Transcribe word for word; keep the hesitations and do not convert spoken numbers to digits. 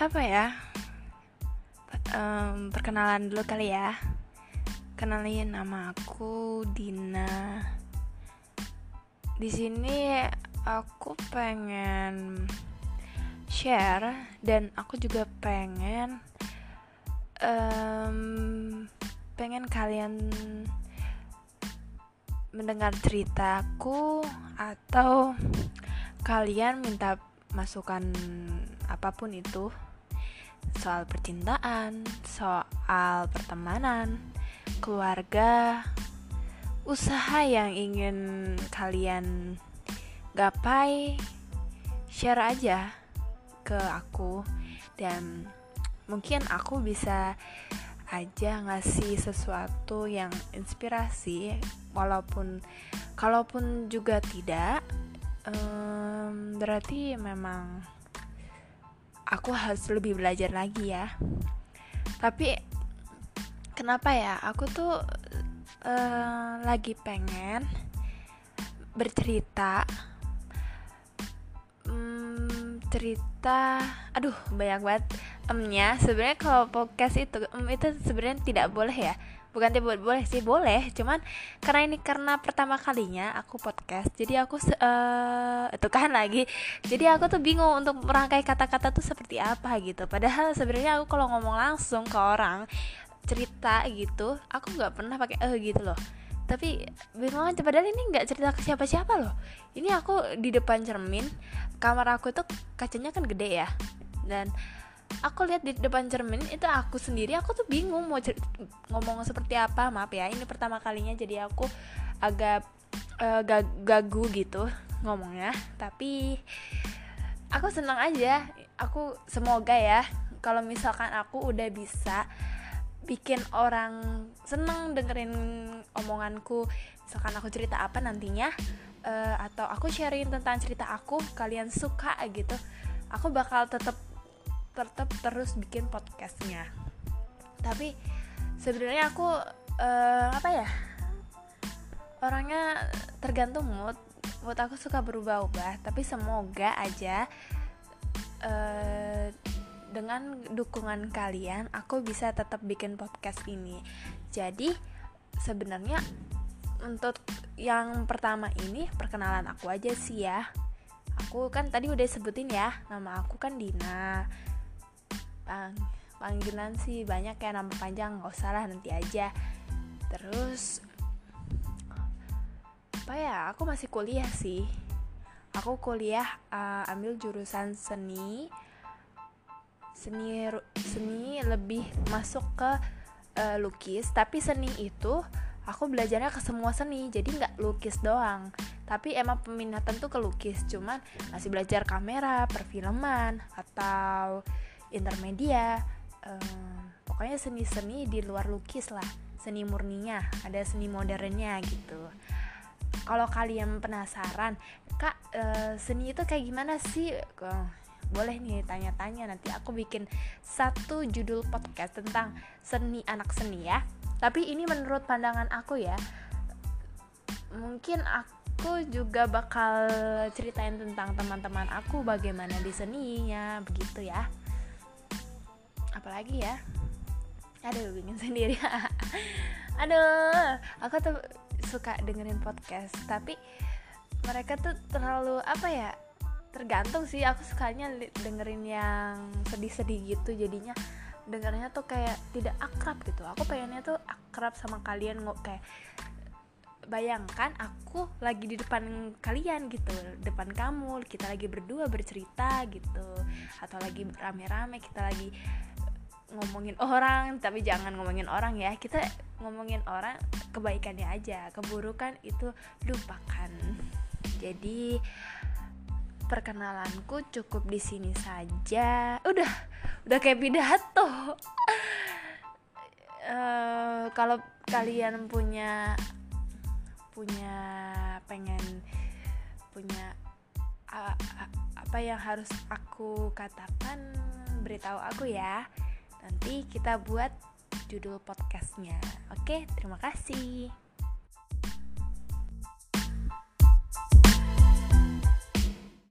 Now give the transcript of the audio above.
Apa ya? Em, perkenalan dulu kali ya. Kenalin, nama aku Dina. Di sini aku pengen share dan aku juga pengen um, pengen kalian mendengar ceritaku atau kalian minta masukan apapun itu, soal percintaan, soal pertemanan, keluarga, usaha yang ingin kalian gapai, share aja ke aku dan mungkin aku bisa aja ngasih sesuatu yang inspirasi, walaupun kalaupun juga tidak, um, berarti memang aku harus lebih belajar lagi ya. Tapi kenapa ya, aku tuh uh, lagi pengen bercerita um, cerita aduh banyak banget emnya. Sebenarnya kalau podcast itu um, itu sebenarnya tidak boleh ya. Bukan tidak boleh sih, boleh. Cuman karena ini karena pertama kalinya aku podcast, jadi aku uh, itu kan lagi. Jadi aku tuh bingung untuk merangkai kata-kata tuh seperti apa gitu. Padahal sebenarnya aku kalau ngomong langsung ke orang cerita gitu, aku nggak pernah pakai eh gitu loh. Tapi bingung aja, padahal ini nggak cerita ke siapa-siapa loh. Ini aku di depan cermin. Kamar aku tuh kacanya kan gede ya. Dan aku lihat di depan cermin itu aku sendiri, aku tuh bingung mau cer- ngomong seperti apa. Maaf ya, ini pertama kalinya jadi aku agak uh, gag- gagu gitu ngomongnya. Tapi aku senang aja. Aku semoga ya, kalau misalkan aku udah bisa bikin orang seneng dengerin omonganku, misalkan aku cerita apa nantinya, uh, atau aku sharing tentang cerita aku, kalian suka gitu, aku bakal tetap tetap terus bikin podcastnya. Tapi sebenarnya aku uh, apa ya, orangnya tergantung mood. Mood aku suka berubah-ubah. Tapi semoga aja uh, dengan dukungan kalian aku bisa tetap bikin podcast ini. Jadi sebenarnya untuk yang pertama ini perkenalan aku aja sih ya. Aku kan tadi udah sebutin ya, nama aku kan Dina. Pang, panggilan sih banyak ya, nama panjang nggak usah lah, nanti aja. Terus apa ya, aku masih kuliah sih. Aku kuliah uh, ambil jurusan seni. Seni seni lebih masuk ke uh, lukis. Tapi seni itu aku belajarnya ke semua seni, jadi nggak lukis doang. Tapi emang peminatan tuh ke lukis, cuman masih belajar kamera, perfilman, atau intermedia, um, pokoknya seni-seni di luar lukis lah, seni murninya, ada seni modernnya gitu. Kalau kalian penasaran, kak, uh, seni itu kayak gimana sih? Uh, boleh nih tanya-tanya, nanti aku bikin satu judul podcast tentang seni, anak seni ya. Tapi ini menurut pandangan aku ya, mungkin aku juga bakal ceritain tentang teman-teman aku bagaimana di seninya, begitu ya. Apalagi ya, aduh bingung sendiri. Aduh, aku tuh suka dengerin podcast, tapi mereka tuh terlalu apa ya, tergantung sih. Aku sukanya dengerin yang sedih-sedih gitu, jadinya dengernya tuh kayak tidak akrab gitu. Aku pengennya tuh akrab sama kalian, nggak kayak bayangkan aku lagi di depan kalian gitu, depan kamu, kita lagi berdua bercerita gitu, atau lagi rame-rame kita lagi ngomongin orang. Tapi jangan ngomongin orang ya, kita ngomongin orang kebaikannya aja, keburukan itu lupakan. Jadi perkenalanku cukup di sini saja. Udah, udah kayak pidato. uh, Kalau kalian punya punya pengen punya uh, uh, apa yang harus aku katakan, beritahu aku ya. Nanti kita buat judul podcastnya. Oke, terima kasih.